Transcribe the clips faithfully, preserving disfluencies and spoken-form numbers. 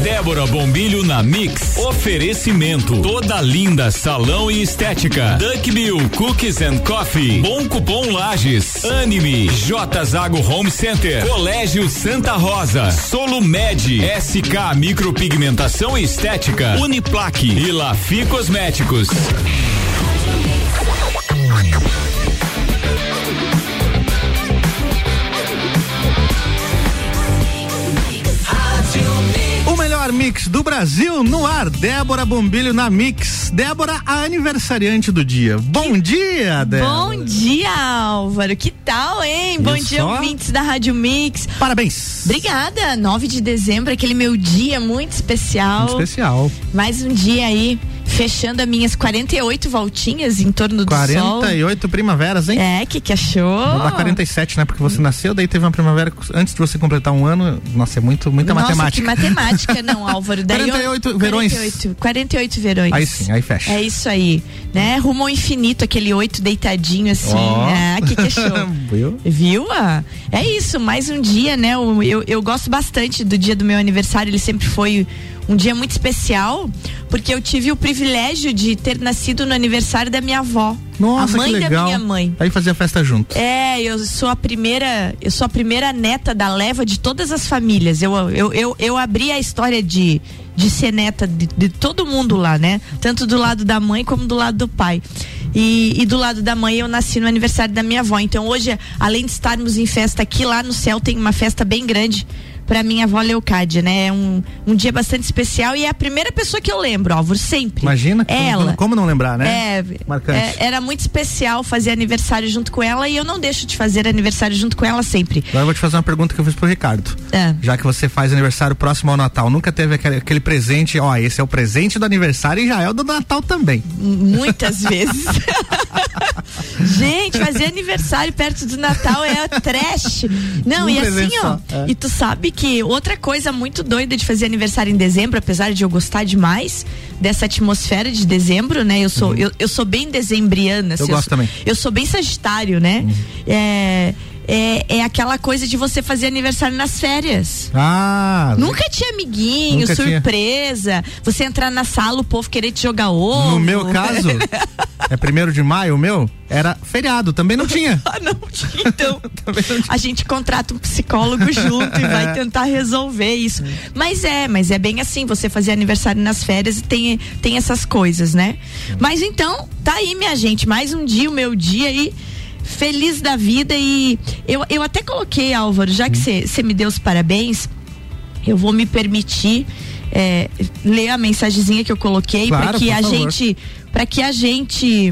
Débora Bombilho na Mix. Oferecimento. Toda linda salão e estética. Duck Bill Cookies and Coffee. Bom Cupom Lages. Anime. J Zago Home Center. Colégio Santa Rosa. Solumed. S K Micropigmentação e Estética. Uniplaque. E Lafi Cosméticos. Mix do Brasil no ar, Débora Bombilho na Mix. Débora, a aniversariante do dia. Bom dia, Débora. Bom dia, Álvaro. Que tal, hein? Bom dia, ouvintes da Rádio Mix. Parabéns. Obrigada. nove de dezembro, aquele meu dia muito especial. Muito especial. Mais um dia aí, fechando as minhas quarenta e oito voltinhas em torno do quarenta sol. quarenta e oito primaveras, hein? É, que que achou? Vou dar quarenta e sete, né? Porque você nasceu, daí teve uma primavera antes de você completar um ano. Nossa, é muito, muita Nossa, matemática. Que matemática, não, Álvaro. Daí quarenta e oito eu, verões. quarenta e oito, quarenta e oito verões. Aí sim, aí fecha. É isso aí, né? Rumo ao infinito, aquele oito deitadinho assim. Oh. Ah, que que achou? Viu? Viu? Ah, é isso, mais um dia, né? Eu, eu, eu gosto bastante do dia do meu aniversário, ele sempre foi um dia muito especial, porque eu tive o privilégio de ter nascido no aniversário da minha avó. Nossa, a mãe que legal. da minha mãe. Aí fazia festa junto. É, eu sou a primeira, eu sou a primeira neta da leva de todas as famílias. Eu, eu, eu, eu abri a história de, de ser neta de, de todo mundo lá, né? Tanto do lado da mãe como do lado do pai. E, e do lado da mãe eu nasci no aniversário da minha avó. Então hoje, além de estarmos em festa aqui, lá no céu tem uma festa bem grande pra minha avó Leocádia, né? É um, um dia bastante especial e é a primeira pessoa que eu lembro, Álvaro, sempre. Imagina, ela. Como, como não lembrar, né? É, marcante. É, era muito especial fazer aniversário junto com ela e eu não deixo de fazer aniversário junto com ela sempre. Agora eu vou te fazer uma pergunta que eu fiz pro Ricardo. É. Já que você faz aniversário próximo ao Natal, nunca teve aquele, aquele presente, ó, esse é o presente do aniversário e já é o do Natal também. Muitas vezes. Gente, fazer aniversário perto do Natal é trash. Não, um e assim, ó, é. E tu sabe que outra coisa muito doida de fazer aniversário em dezembro, apesar de eu gostar demais dessa atmosfera de dezembro, né? Eu sou, uhum. eu, eu sou bem dezembriana. Eu assim, gosto eu sou, também. Eu sou bem sagitário, né? Uhum. É... É, é aquela coisa de você fazer aniversário nas férias. Ah! Nunca tinha amiguinho, nunca surpresa. Tinha. Você entrar na sala, o povo querer te jogar ovo. No meu caso, é primeiro de maio, o meu era feriado, também não tinha. Ah, não tinha, então. não tinha. A gente contrata um psicólogo junto e vai tentar resolver isso. É. Mas é, mas é bem assim, você fazer aniversário nas férias e tem, tem essas coisas, né? É. Mas então, tá aí, minha gente, mais um dia, o meu dia aí. Feliz da vida e eu, eu até coloquei, Álvaro, já que você me deu os parabéns, eu vou me permitir é, ler a mensagenzinha que eu coloquei, claro, para que a favor. gente para que a gente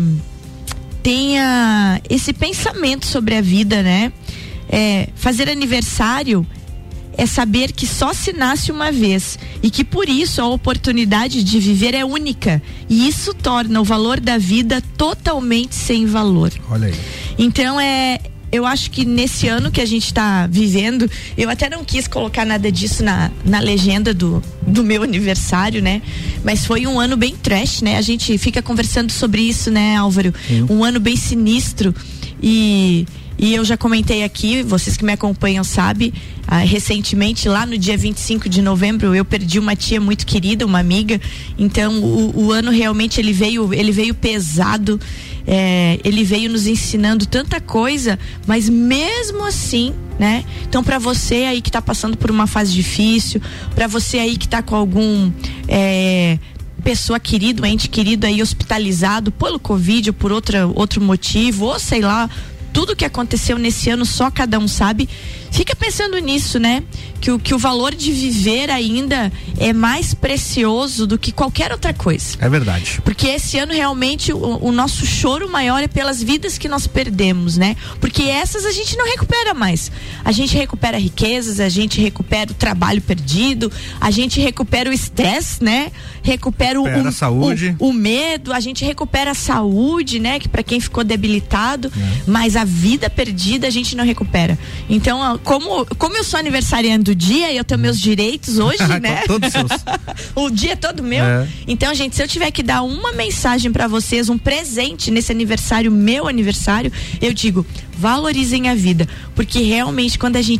tenha esse pensamento sobre a vida, né? É, fazer aniversário é saber que só se nasce uma vez e que por isso a oportunidade de viver é única e isso torna o valor da vida totalmente sem valor. Olha aí. Então é, eu acho que nesse ano que a gente está vivendo, eu até não quis colocar nada disso na, na legenda do, do meu aniversário, né? Mas foi um ano bem trash, né? A gente fica conversando sobre isso, né, Álvaro? Sim. Um ano bem sinistro e E eu já comentei aqui, vocês que me acompanham sabem, ah, recentemente, lá no dia vinte e cinco de novembro, eu perdi uma tia muito querida, uma amiga. Então, o, o ano realmente ele veio, ele veio pesado, é, ele veio nos ensinando tanta coisa, mas mesmo assim, né? Então, para você aí que tá passando por uma fase difícil, para você aí que tá com algum é, pessoa querida, um ente querido aí hospitalizado pelo Covid ou por outra, outro motivo, ou sei lá, tudo que aconteceu nesse ano só cada um sabe. Fica pensando nisso, né? Que o, que o valor de viver ainda é mais precioso do que qualquer outra coisa. É verdade. Porque esse ano realmente o, o nosso choro maior é pelas vidas que nós perdemos, né? Porque essas a gente não recupera mais. A gente recupera riquezas, a gente recupera o trabalho perdido, a gente recupera o estresse, né? Recupera, recupera o, a saúde. O, o medo, a gente recupera a saúde, né? Que para quem ficou debilitado, é. Mas a vida perdida a gente não recupera. Então, como, como eu sou aniversariante do dia e eu tenho meus direitos hoje, né? Todos seus. O dia é todo meu. É. Então, gente, se eu tiver que dar uma mensagem pra vocês, um presente nesse aniversário, meu aniversário, eu digo, valorizem a vida, porque realmente quando a gente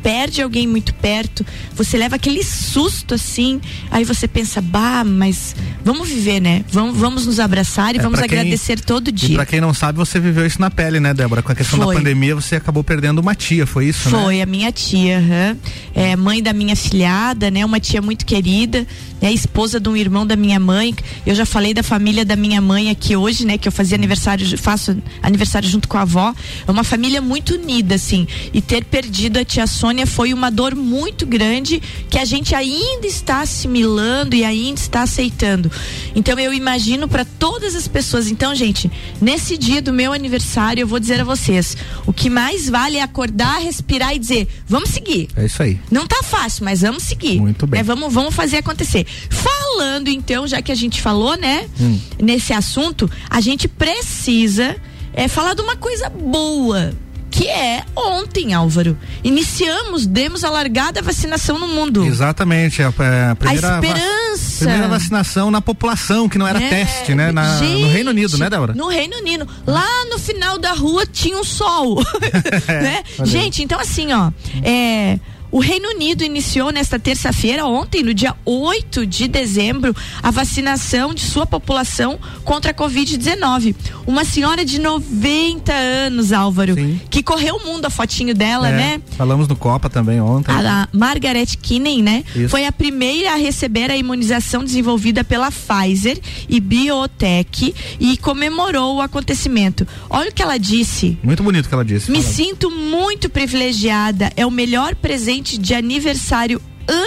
perde alguém muito perto, você leva aquele susto assim, aí você pensa, bah, mas vamos viver, né? Vamos, vamos nos abraçar e é, vamos quem, agradecer todo dia. E pra quem não sabe, você viveu isso na pele, né, Débora? Com a questão foi. da pandemia, você acabou perdendo uma tia, foi isso, foi, né? Foi, a minha tia, uhum. é, mãe da minha filhada, né? Uma tia muito querida, é esposa de um irmão da minha mãe. Eu já falei da família da minha mãe aqui hoje, né? Que eu fazia aniversário, faço aniversário junto com a avó. É uma família muito unida, assim. E ter perdido a tia Sônia foi uma dor muito grande que a gente ainda está assimilando e ainda está aceitando. Então eu imagino para todas as pessoas. Então, gente, nesse dia do meu aniversário, eu vou dizer a vocês, o que mais vale é acordar, respirar e dizer, vamos seguir. É isso aí. Não tá fácil, mas vamos seguir. Muito bem. É, vamos, vamos fazer acontecer. Falando então, já que a gente falou, né, hum. nesse assunto, a gente precisa é, falar de uma coisa boa, que é ontem, Álvaro. Iniciamos, demos a largada a vacinação no mundo. Exatamente. A, a, primeira a esperança. Va primeira vacinação na população, que não era é, teste, né? Na, gente, no Reino Unido, né, Débora? No Reino Unido. Lá no final da rua tinha um sol. né? Gente, então assim, ó. É. O Reino Unido iniciou nesta terça-feira, ontem, no dia oito de dezembro, a vacinação de sua população contra a covid dezenove. Uma senhora de noventa anos, Álvaro, Sim. que correu o mundo, a fotinho dela, é, né? Falamos no Copa também ontem. A, a Margaret Kinney, né? Isso. Foi a primeira a receber a imunização desenvolvida pela Pfizer e Biotech e comemorou o acontecimento. Olha o que ela disse. Muito bonito o que ela disse. Me falando. sinto muito privilegiada. É o melhor presente de aniversário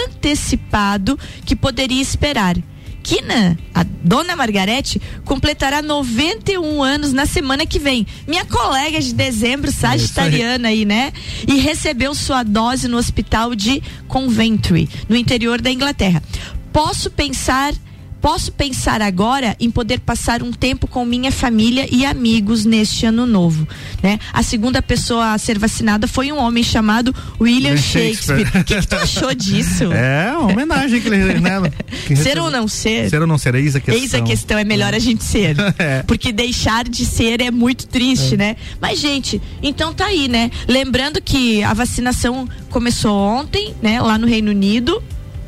antecipado que poderia esperar. Kina, a dona Margarete, completará noventa e um anos na semana que vem. Minha colega de dezembro, sagitariana aí, né? E recebeu sua dose no hospital de Coventry, no interior da Inglaterra. Posso pensar Posso pensar agora em poder passar um tempo com minha família e amigos neste ano novo, né? A segunda pessoa a ser vacinada foi um homem chamado William Shakespeare. O que, que tu achou disso? É uma homenagem que ele, né, que ser ou não ser? Ser ou não ser, eis a questão. Eis a questão, é melhor a gente ser. é. Porque deixar de ser é muito triste, é. né? Mas, gente, então tá aí, né? Lembrando que a vacinação começou ontem, né? Lá no Reino Unido.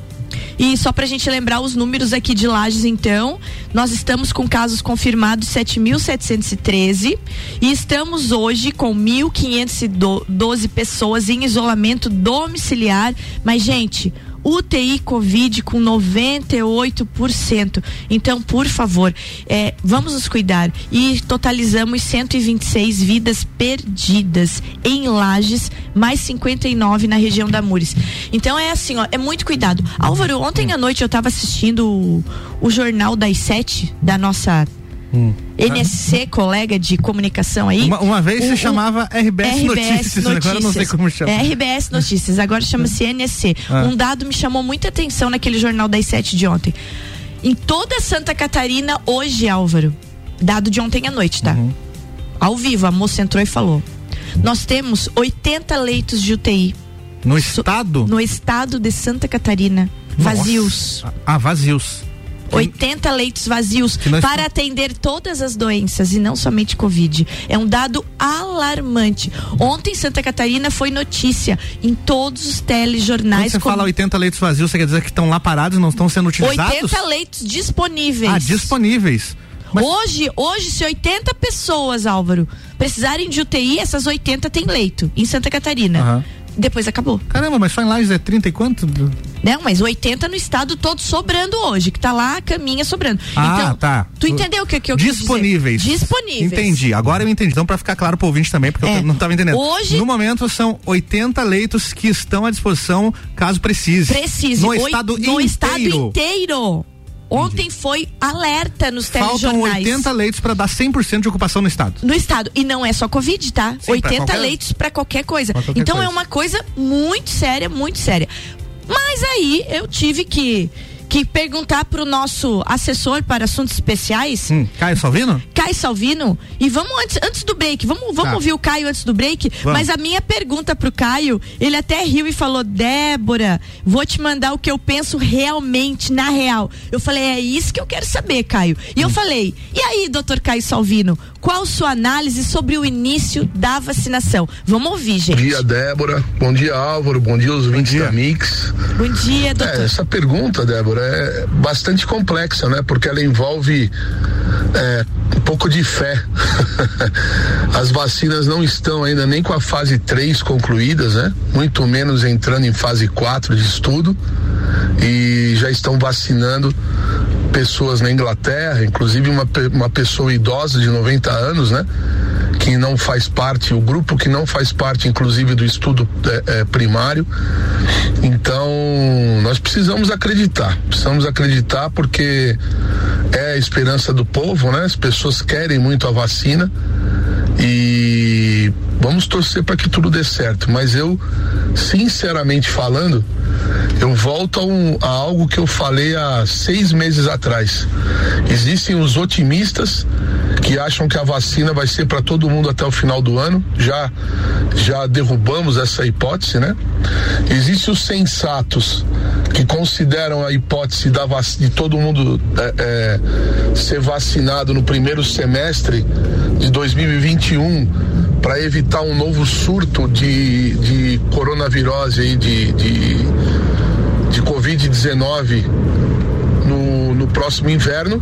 E só pra gente lembrar os números aqui de Lages, então, nós estamos com casos confirmados sete mil setecentos e treze e estamos hoje com mil quinhentos e doze pessoas em isolamento domiciliar. Mas, gente, U T I Covid com noventa e oito por cento. Então, por favor, é, vamos nos cuidar. E totalizamos cento e vinte e seis vidas perdidas em Lages, mais cinquenta e nove na região da Mures. Então é assim, ó, é muito cuidado. Álvaro, ontem à noite eu estava assistindo o, o Jornal das Sete da nossa Hum. N S C, colega de comunicação aí. Uma, uma vez o, se chamava R B S, R B S Notícias, Notícias, agora não sei como chama. É R B S Notícias, agora chama-se N S C. Ah. Um dado me chamou muita atenção naquele Jornal das Sete de ontem. Em toda Santa Catarina, hoje, Álvaro, dado de ontem à noite, tá? Uhum. Ao vivo, a moça entrou e falou: nós temos oitenta leitos de U T I. No estado? No estado de Santa Catarina. Nossa. Vazios. Ah, vazios. oitenta leitos vazios para atender todas as doenças e não somente Covid. É um dado alarmante. Ontem Santa Catarina foi notícia em todos os telejornais. Quando você como... fala oitenta leitos vazios, você quer dizer que estão lá parados e não estão sendo utilizados? oitenta leitos disponíveis. Ah, disponíveis. Mas... Hoje, hoje, se oitenta pessoas, Álvaro, precisarem de U T I, essas oitenta tem leito em Santa Catarina. Uhum. Depois acabou. Caramba, mas só em Lages é trinta e quanto? Não, mas oitenta no estado todo sobrando hoje, que tá lá a caminha sobrando. Ah, então, tá. Tu entendeu o que, que eu Disponíveis. quis dizer? Disponíveis. Entendi, agora eu entendi. Então, pra ficar claro pro ouvinte também, porque é. eu não tava entendendo. Hoje... No momento, são oitenta leitos que estão à disposição, caso precise. Precise. No Oi, estado no inteiro. No estado inteiro. Ontem Entendi. Foi alerta nos telejornais. Faltam oitenta leitos para dar cem por cento de ocupação no estado. No estado. E não é só Covid, tá? Sim, oitenta qualquer... leitos para qualquer coisa. Pra qualquer então coisa. É uma coisa muito séria, muito séria. Mas aí eu tive que que perguntar pro nosso assessor para assuntos especiais. Hum, Caio Salvino? Caio Salvino. E vamos antes, antes do break, vamos, vamos tá. ouvir o Caio antes do break. Vamos. Mas a minha pergunta pro Caio, ele até riu e falou: Débora, vou te mandar o que eu penso realmente, na real. Eu falei: é isso que eu quero saber, Caio. E hum. eu falei: e aí, doutor Caio Salvino, Qual sua análise sobre o início da vacinação? Vamos ouvir, gente. Bom dia, Débora. Bom dia, Álvaro. Bom dia, os ouvintes da Mix. Bom dia, doutor. É, essa pergunta, Débora, é bastante complexa, né? Porque ela envolve é, um pouco de fé. As vacinas não estão ainda nem com a fase três concluídas, né? Muito menos entrando em fase quatro de estudo, e já estão vacinando pessoas na Inglaterra, inclusive uma, uma pessoa idosa de noventa anos, né? Que não faz parte, o grupo que não faz parte, inclusive, do estudo é, é, primário. Então, nós precisamos acreditar, precisamos acreditar porque é a esperança do povo, né? As pessoas querem muito a vacina e vamos torcer para que tudo dê certo, mas eu, sinceramente falando, eu volto a, um, a algo que eu falei há seis meses atrás. Existem os otimistas que acham que a vacina vai ser para todo mundo até o final do ano. Já, já derrubamos essa hipótese, né? Existem os sensatos que consideram a hipótese da vac... de todo mundo é, é, ser vacinado no primeiro semestre de dois mil e vinte e um para evitar um novo surto de, de coronavirose aí, de, de, de covid dezenove no, no próximo inverno.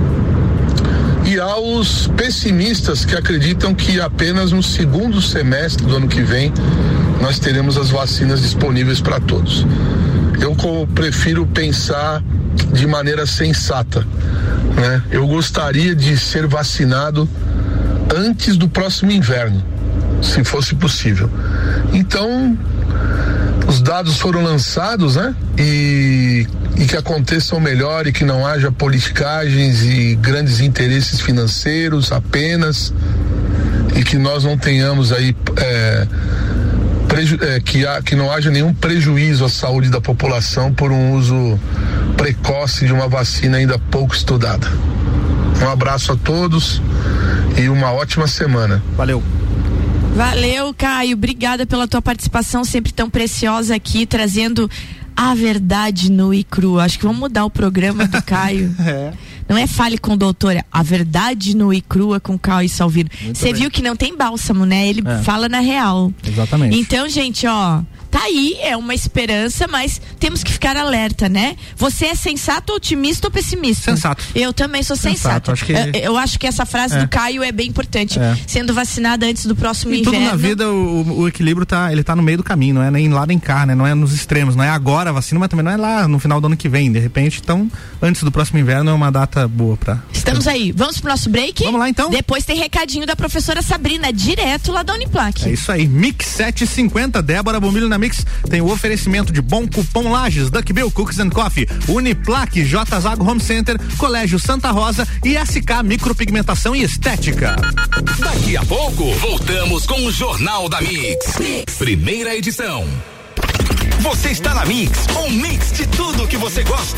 E há os pessimistas que acreditam que apenas no segundo semestre do ano que vem nós teremos as vacinas disponíveis para todos. Eu prefiro pensar de maneira sensata, né? Eu gostaria de ser vacinado antes do próximo inverno, se fosse possível. Então, os dados foram lançados, né? E, e que aconteçam melhor e que não haja politicagens e grandes interesses financeiros apenas, e que nós não tenhamos aí é, preju, é, que, há, que não haja nenhum prejuízo à saúde da população por um uso precoce de uma vacina ainda pouco estudada. Um abraço a todos e uma ótima semana. Valeu. Valeu, Caio. Obrigada pela tua participação sempre tão preciosa aqui, trazendo a verdade nua e crua. Acho que vamos mudar o programa do Caio. É. Não é Fale com o Doutor, é a verdade nua e crua com Caio Salvino. Você viu que não tem bálsamo, né? Ele é. fala na real. Exatamente. Então, gente, ó, tá aí, é uma esperança, mas temos que ficar alerta, né? Você é sensato, otimista ou pessimista? Sensato. Eu também sou sensato. Acho que... eu, eu acho que essa frase é. do Caio é bem importante. É. Sendo vacinada antes do próximo e inverno. Tudo na vida, o, o equilíbrio tá, ele tá no meio do caminho, não é nem lá nem cá, né? Não é nos extremos, não é agora a vacina, mas também não é lá no final do ano que vem, de repente. Então, antes do próximo inverno é uma data boa pra... Estamos aí. Vamos pro nosso break? Vamos lá, então. Depois tem recadinho da professora Sabrina, direto lá da Uniplac. É isso aí. Mix sete e cinquenta, Débora Bombilho na Mix. Tem o oferecimento de Bom Cupom Lages, Duck Bill Cookies and Coffee, Uniplac, J. Zago Home Center, Colégio Santa Rosa e S K Micropigmentação e Estética. Daqui a pouco, voltamos com o Jornal da Mix. Mix. Primeira edição. Você está na Mix, um mix de tudo que você gosta.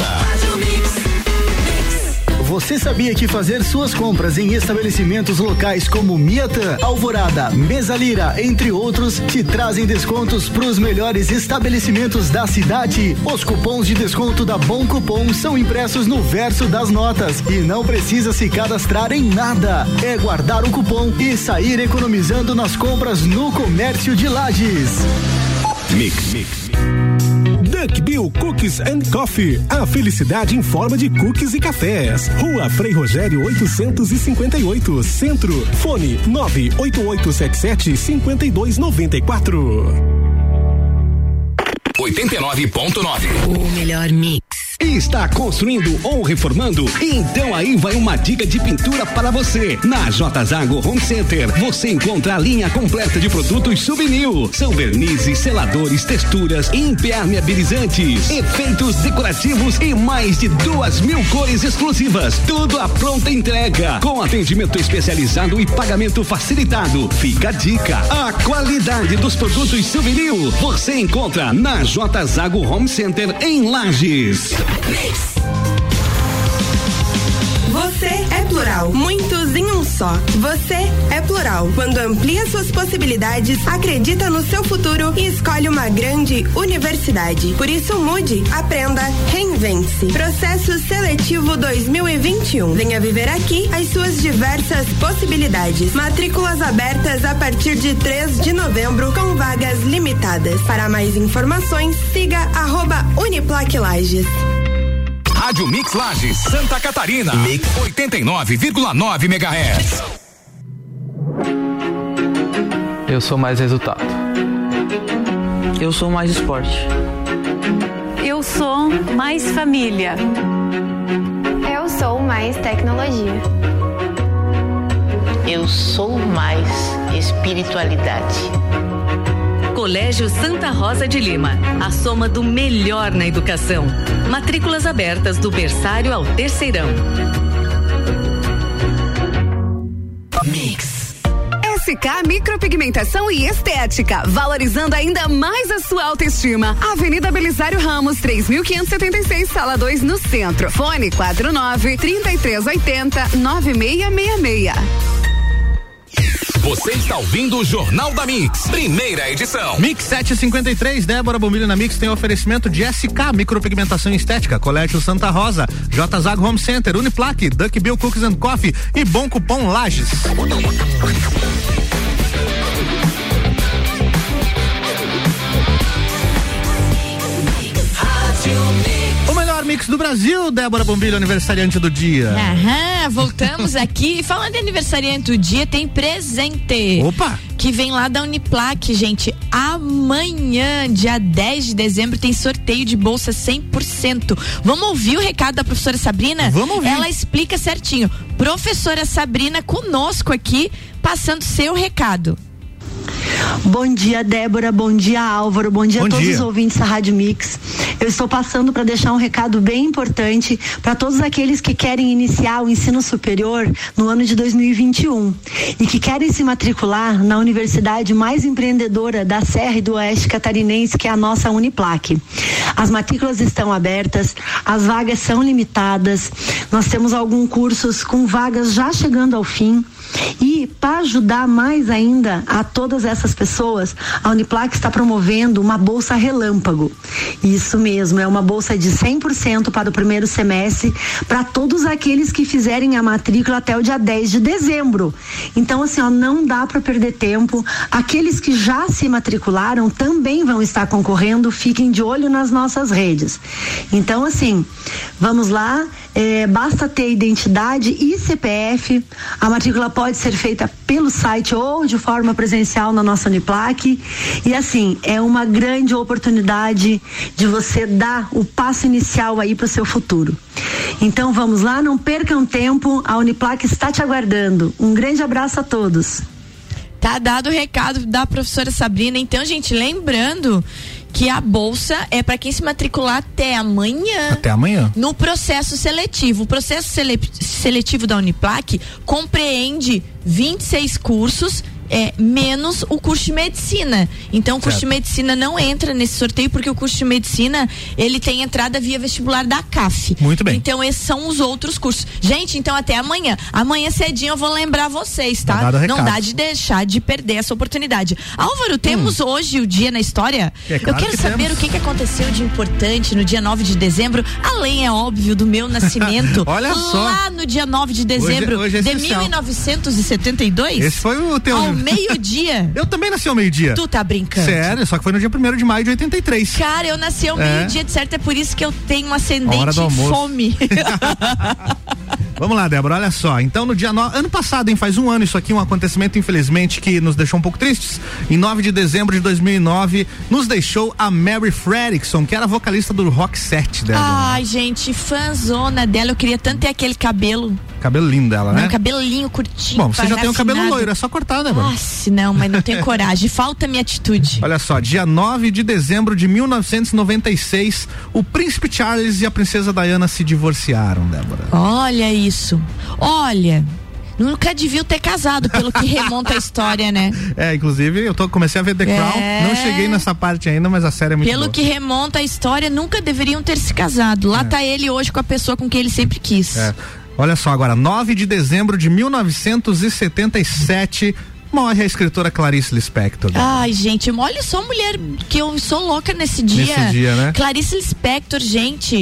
Você sabia que fazer suas compras em estabelecimentos locais como Miatã, Alvorada, Mesalira, entre outros, te trazem descontos para os melhores estabelecimentos da cidade? Os cupons de desconto da Bom Cupom são impressos no verso das notas e não precisa se cadastrar em nada. É guardar o cupom e sair economizando nas compras no comércio de Lages. Mix, mix. Duck Bill Cookies and Coffee, a felicidade em forma de cookies e cafés. Rua Frei Rogério oitocentos e cinquenta e oito, Centro. Fone nove oito oito sete sete cinco dois nove quatro. oitenta e nove ponto nove. O melhor mix. Está construindo ou reformando? Então aí vai uma dica de pintura para você. Na J. Zago Home Center, você encontra a linha completa de produtos Subnil. São vernizes, seladores, texturas, impermeabilizantes, efeitos decorativos e mais de duas mil cores exclusivas. Tudo à pronta entrega, com atendimento especializado e pagamento facilitado. Fica a dica. A qualidade dos produtos Subnil você encontra na J. Zago Home Center em Lages. Você é plural, muitos em um só. Você é plural. Quando amplia suas possibilidades, acredita no seu futuro e escolhe uma grande universidade. Por isso mude, aprenda, reinvente. Convence. Processo Seletivo dois mil e vinte e um. Venha viver aqui as suas diversas possibilidades. Matrículas abertas a partir de três de novembro com vagas limitadas. Para mais informações, siga arroba Uniplac Lages. Rádio Mix Lages, Santa Catarina. Mix oitenta e nove vírgula nove megahertz. Eu sou mais resultado. Eu sou mais esporte. Eu sou mais família. Eu sou mais tecnologia. Eu sou mais espiritualidade. Colégio Santa Rosa de Lima, a soma do melhor na educação. Matrículas abertas do berçário ao terceirão. Mix. S K Micropigmentação e Estética, valorizando ainda mais a sua autoestima. Avenida Belisário Ramos, três mil quinhentos e setenta e seis, sala dois, no centro. Fone quatro nove, três três oito zero, nove seis seis seis. Você está ouvindo o Jornal da Mix, primeira edição. Mix sete e cinquenta e três, Débora Bombilho na Mix tem oferecimento de S K Micropigmentação e Estética, Colégio Santa Rosa, J Zago Home Center, Uniplac, Duck Bill Cookies and Coffee e Bom Cupom Lages. O melhor mix do Brasil, Débora Bombilho, aniversariante do dia. Aham, voltamos aqui. Falando de aniversariante do dia, tem presente. Opa! Que vem lá da Uniplac, gente. Amanhã, dia dez de dezembro, tem sorteio de bolsa cem por cento. Vamos ouvir o recado da professora Sabrina? Vamos ouvir. Ela explica certinho. Professora Sabrina conosco aqui, passando seu recado. Bom dia, Débora, bom dia, Álvaro, bom dia bom a todos dia. os ouvintes da Rádio Mix. Eu estou passando para deixar um recado bem importante para todos aqueles que querem iniciar o ensino superior no ano de dois mil e vinte e um e que querem se matricular na universidade mais empreendedora da Serra e do Oeste Catarinense, que é a nossa Uniplac. As matrículas estão abertas, as vagas são limitadas, nós temos alguns cursos com vagas já chegando ao fim. E para ajudar mais ainda a todas essas pessoas, a Uniplac está promovendo uma bolsa relâmpago. Isso mesmo, é uma bolsa de cem por cento para o primeiro semestre para todos aqueles que fizerem a matrícula até o dia dez de dezembro. Então, assim, ó, não dá para perder tempo. Aqueles que já se matricularam também vão estar concorrendo, fiquem de olho nas nossas redes. Então, assim, vamos lá, é, basta ter identidade e C P F, a matrícula pode ser feita pelo site ou de forma presencial na nossa Uniplac. E assim, é uma grande oportunidade de você dar o passo inicial aí para o seu futuro. Então vamos lá, não percam tempo, a Uniplac está te aguardando. Um grande abraço a todos. Tá dado o recado da professora Sabrina. Então, gente, lembrando que a bolsa é para quem se matricular até amanhã. Até amanhã. No processo seletivo. O processo sele- seletivo da Uniplac compreende vinte e seis cursos, é, menos o curso de medicina. Então o curso certo. de medicina não entra nesse sorteio porque o curso de medicina ele tem entrada via vestibular da C A F. Muito bem. Então esses são os outros cursos. Gente, então até amanhã. Amanhã cedinho eu vou lembrar vocês, tá? Não dá de deixar de perder essa oportunidade. Álvaro, temos hum. hoje o dia na história? É claro eu quero que saber temos. o que, que aconteceu de importante no dia nove de dezembro, além, é óbvio, do meu nascimento. Olha só. Lá no dia nove de dezembro hoje, hoje é de mil novecentos e setenta e dois. Esse foi o teu. Ao meio-dia. Eu também nasci ao meio-dia. Tu tá brincando? Sério, só que foi no dia primeiro de maio de oitenta e três. Cara, eu nasci ao é. meio-dia, de certo, é por isso que eu tenho um ascendente em fome. Vamos lá, Débora, olha só. Então, no dia nove, ano passado, hein, faz um ano isso aqui, um acontecimento, infelizmente, que nos deixou um pouco tristes. Em nove de dezembro de dois mil e nove, nos deixou a Mary Fredrickson, que era vocalista do Rock set, Débora. Ai, gente, fãzona dela. Eu queria tanto ter aquele cabelo. Cabelo lindo dela, né? Um cabelinho curtinho. Bom, você já tem um cabelo loiro, é só cortar, né, mano? Nossa, não, mas não tenho coragem. Falta minha atitude. Olha só, dia nove de dezembro de mil novecentos e noventa e seis, o príncipe Charles e a princesa Diana se divorciaram, Débora. Olha isso. Olha. Nunca deviam ter casado, pelo que remonta a história, né? É, inclusive, eu tô, comecei a ver The Crown, é... não cheguei nessa parte ainda, mas a série é muito Pelo boa. que remonta a história, nunca deveriam ter se casado. Lá é. tá ele hoje com a pessoa com quem ele sempre quis. É. Olha só agora, nove de dezembro de mil novecentos e setenta e sete, morre a escritora Clarice Lispector. Ai, gente, olha só, mulher, que eu sou louca nesse dia. Nesse dia, né? Clarice Lispector, gente,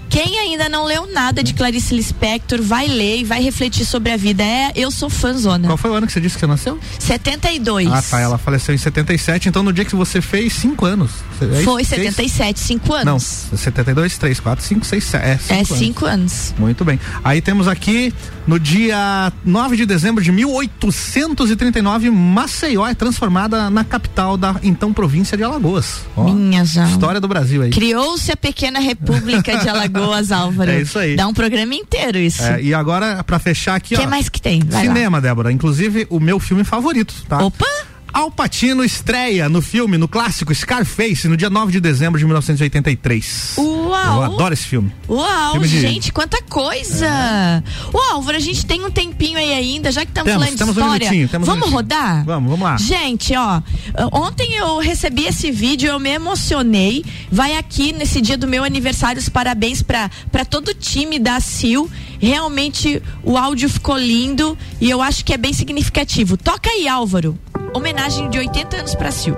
Quem ainda não leu nada de Clarice Lispector, vai ler e vai refletir sobre a vida. É, eu sou fãzona. Qual foi o ano que você disse que você nasceu? setenta e dois. Ah, tá, ela faleceu em setenta e sete, então no dia que você fez cinco anos. É foi setenta e sete, cinco anos. Não, setenta e dois, três, quatro, cinco, seis, sete. É, cinco, é anos. cinco anos. Muito bem. Aí temos aqui, no dia nove de dezembro de mil oitocentos e trinta e nove, Maceió é transformada na capital da então província de Alagoas. Ó, minha já. História do Brasil aí. Criou-se a pequena república de Alagoas, Álvaro. É isso aí. Dá um programa inteiro isso. É, e agora, pra fechar aqui, ó. O que mais que tem? Vai cinema, lá. Débora. Inclusive, o meu filme favorito, tá? Opa! Al Pacino estreia no filme, no clássico Scarface, no dia nove de dezembro de mil novecentos e oitenta e três. Uau! Eu adoro esse filme. Uau, filme de... gente, quanta coisa! É. Uau, Álvaro, a gente tem um tempinho aí ainda, já que estamos falando temos de história. Um minutinho, temos vamos um rodar? Vamos, vamos lá. Gente, ó, ontem eu recebi esse vídeo, eu me emocionei. Vai aqui nesse dia do meu aniversário, os parabéns pra, pra todo o time da C I L. Realmente o áudio ficou lindo e eu acho que é bem significativo. Toca aí, Álvaro. Homenagem de oitenta anos pra C I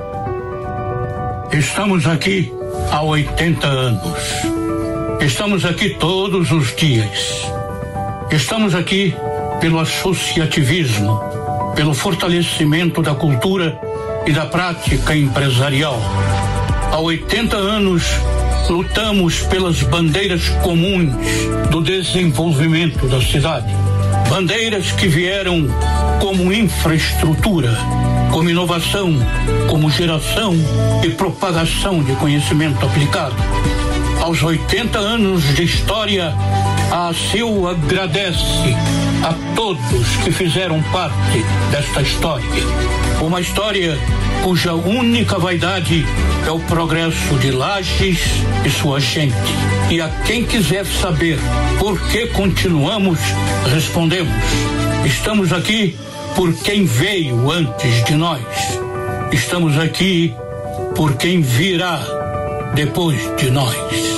L. Estamos aqui há oitenta anos. Estamos aqui todos os dias. Estamos aqui pelo associativismo, pelo fortalecimento da cultura e da prática empresarial. Há oitenta anos lutamos pelas bandeiras comuns do desenvolvimento da cidade. Bandeiras que vieram como infraestrutura, como inovação, como geração e propagação de conhecimento aplicado. Aos oitenta anos de história, a C I L agradece a todos que fizeram parte desta história. Uma história cuja única vaidade é o progresso de Lages e sua gente. E a quem quiser saber por que continuamos, respondemos: estamos aqui por quem veio antes de nós. Estamos aqui por quem virá depois de nós.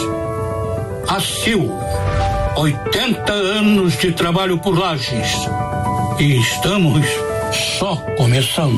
A C I L, oitenta anos de trabalho por Lages. E estamos só começando.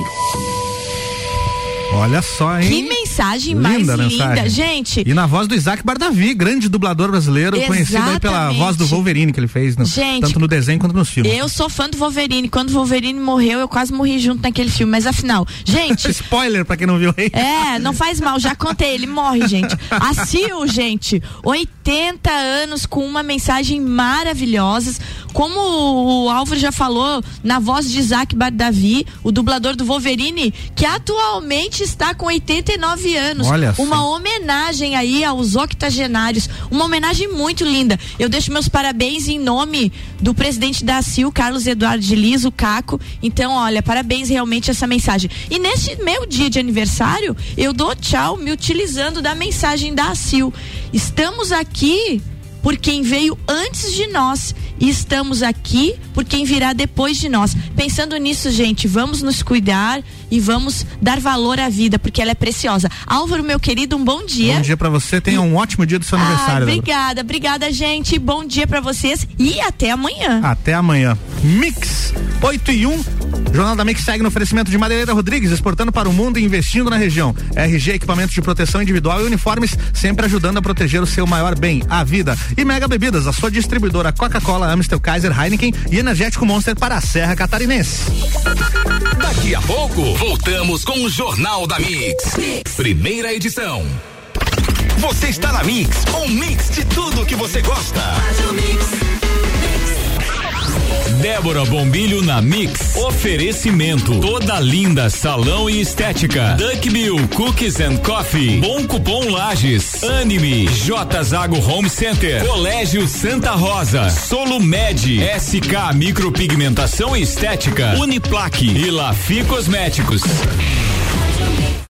Olha só, hein? Que mensagem mais linda, mensagem. Gente. E na voz do Isaac Bardavi, grande dublador brasileiro, exatamente. Conhecido aí pela voz do Wolverine que ele fez, no, gente, tanto no desenho quanto nos filmes. Eu sou fã do Wolverine. Quando o Wolverine morreu, eu quase morri junto naquele filme, mas afinal, gente... Spoiler pra quem não viu aí. É, não faz mal, já contei, ele morre, gente. A C I L, gente, oitenta anos com uma mensagem maravilhosa. Como o Álvaro já falou, na voz de Isaac Bardavi, o dublador do Wolverine, que atualmente está com oitenta e nove anos. Olha uma só. Homenagem aí aos octogenários, uma homenagem muito linda. Eu deixo meus parabéns em nome do presidente da C I L, Carlos Eduardo de Liso, Caco. Então, olha, parabéns realmente essa mensagem. E nesse meu dia de aniversário, eu dou tchau me utilizando da mensagem da C I L. Estamos aqui por quem veio antes de nós e estamos aqui por quem virá depois de nós. Pensando nisso, gente, vamos nos cuidar e vamos dar valor à vida, porque ela é preciosa. Álvaro, meu querido, um bom dia. Bom dia pra você, tenha um ótimo dia do seu ah, aniversário. Obrigada, obrigada, gente. Bom dia pra vocês e até amanhã. Até amanhã. Mix oito e um. Jornal da Mix segue no oferecimento de Madeireira Rodrigues, exportando para o mundo e investindo na região. R G Equipamentos de Proteção Individual e Uniformes, sempre ajudando a proteger o seu maior bem, a vida. E Mega Bebidas, a sua distribuidora Coca-Cola, Amstel, Kaiser, Heineken e Energético Monster para a Serra Catarinense. Daqui a pouco, voltamos com o Jornal da Mix. Mix. Primeira edição. Você está na Mix, um mix de tudo que você gosta. Débora Bombilho na Mix. Oferecimento. Toda linda salão e estética. Duck Bill Cookies and Coffee. Bom Cupom Lages. Anime. J Zago Home Center. Colégio Santa Rosa. Solumed. S K Micropigmentação e Estética. Uniplaque. E Lafi Cosméticos.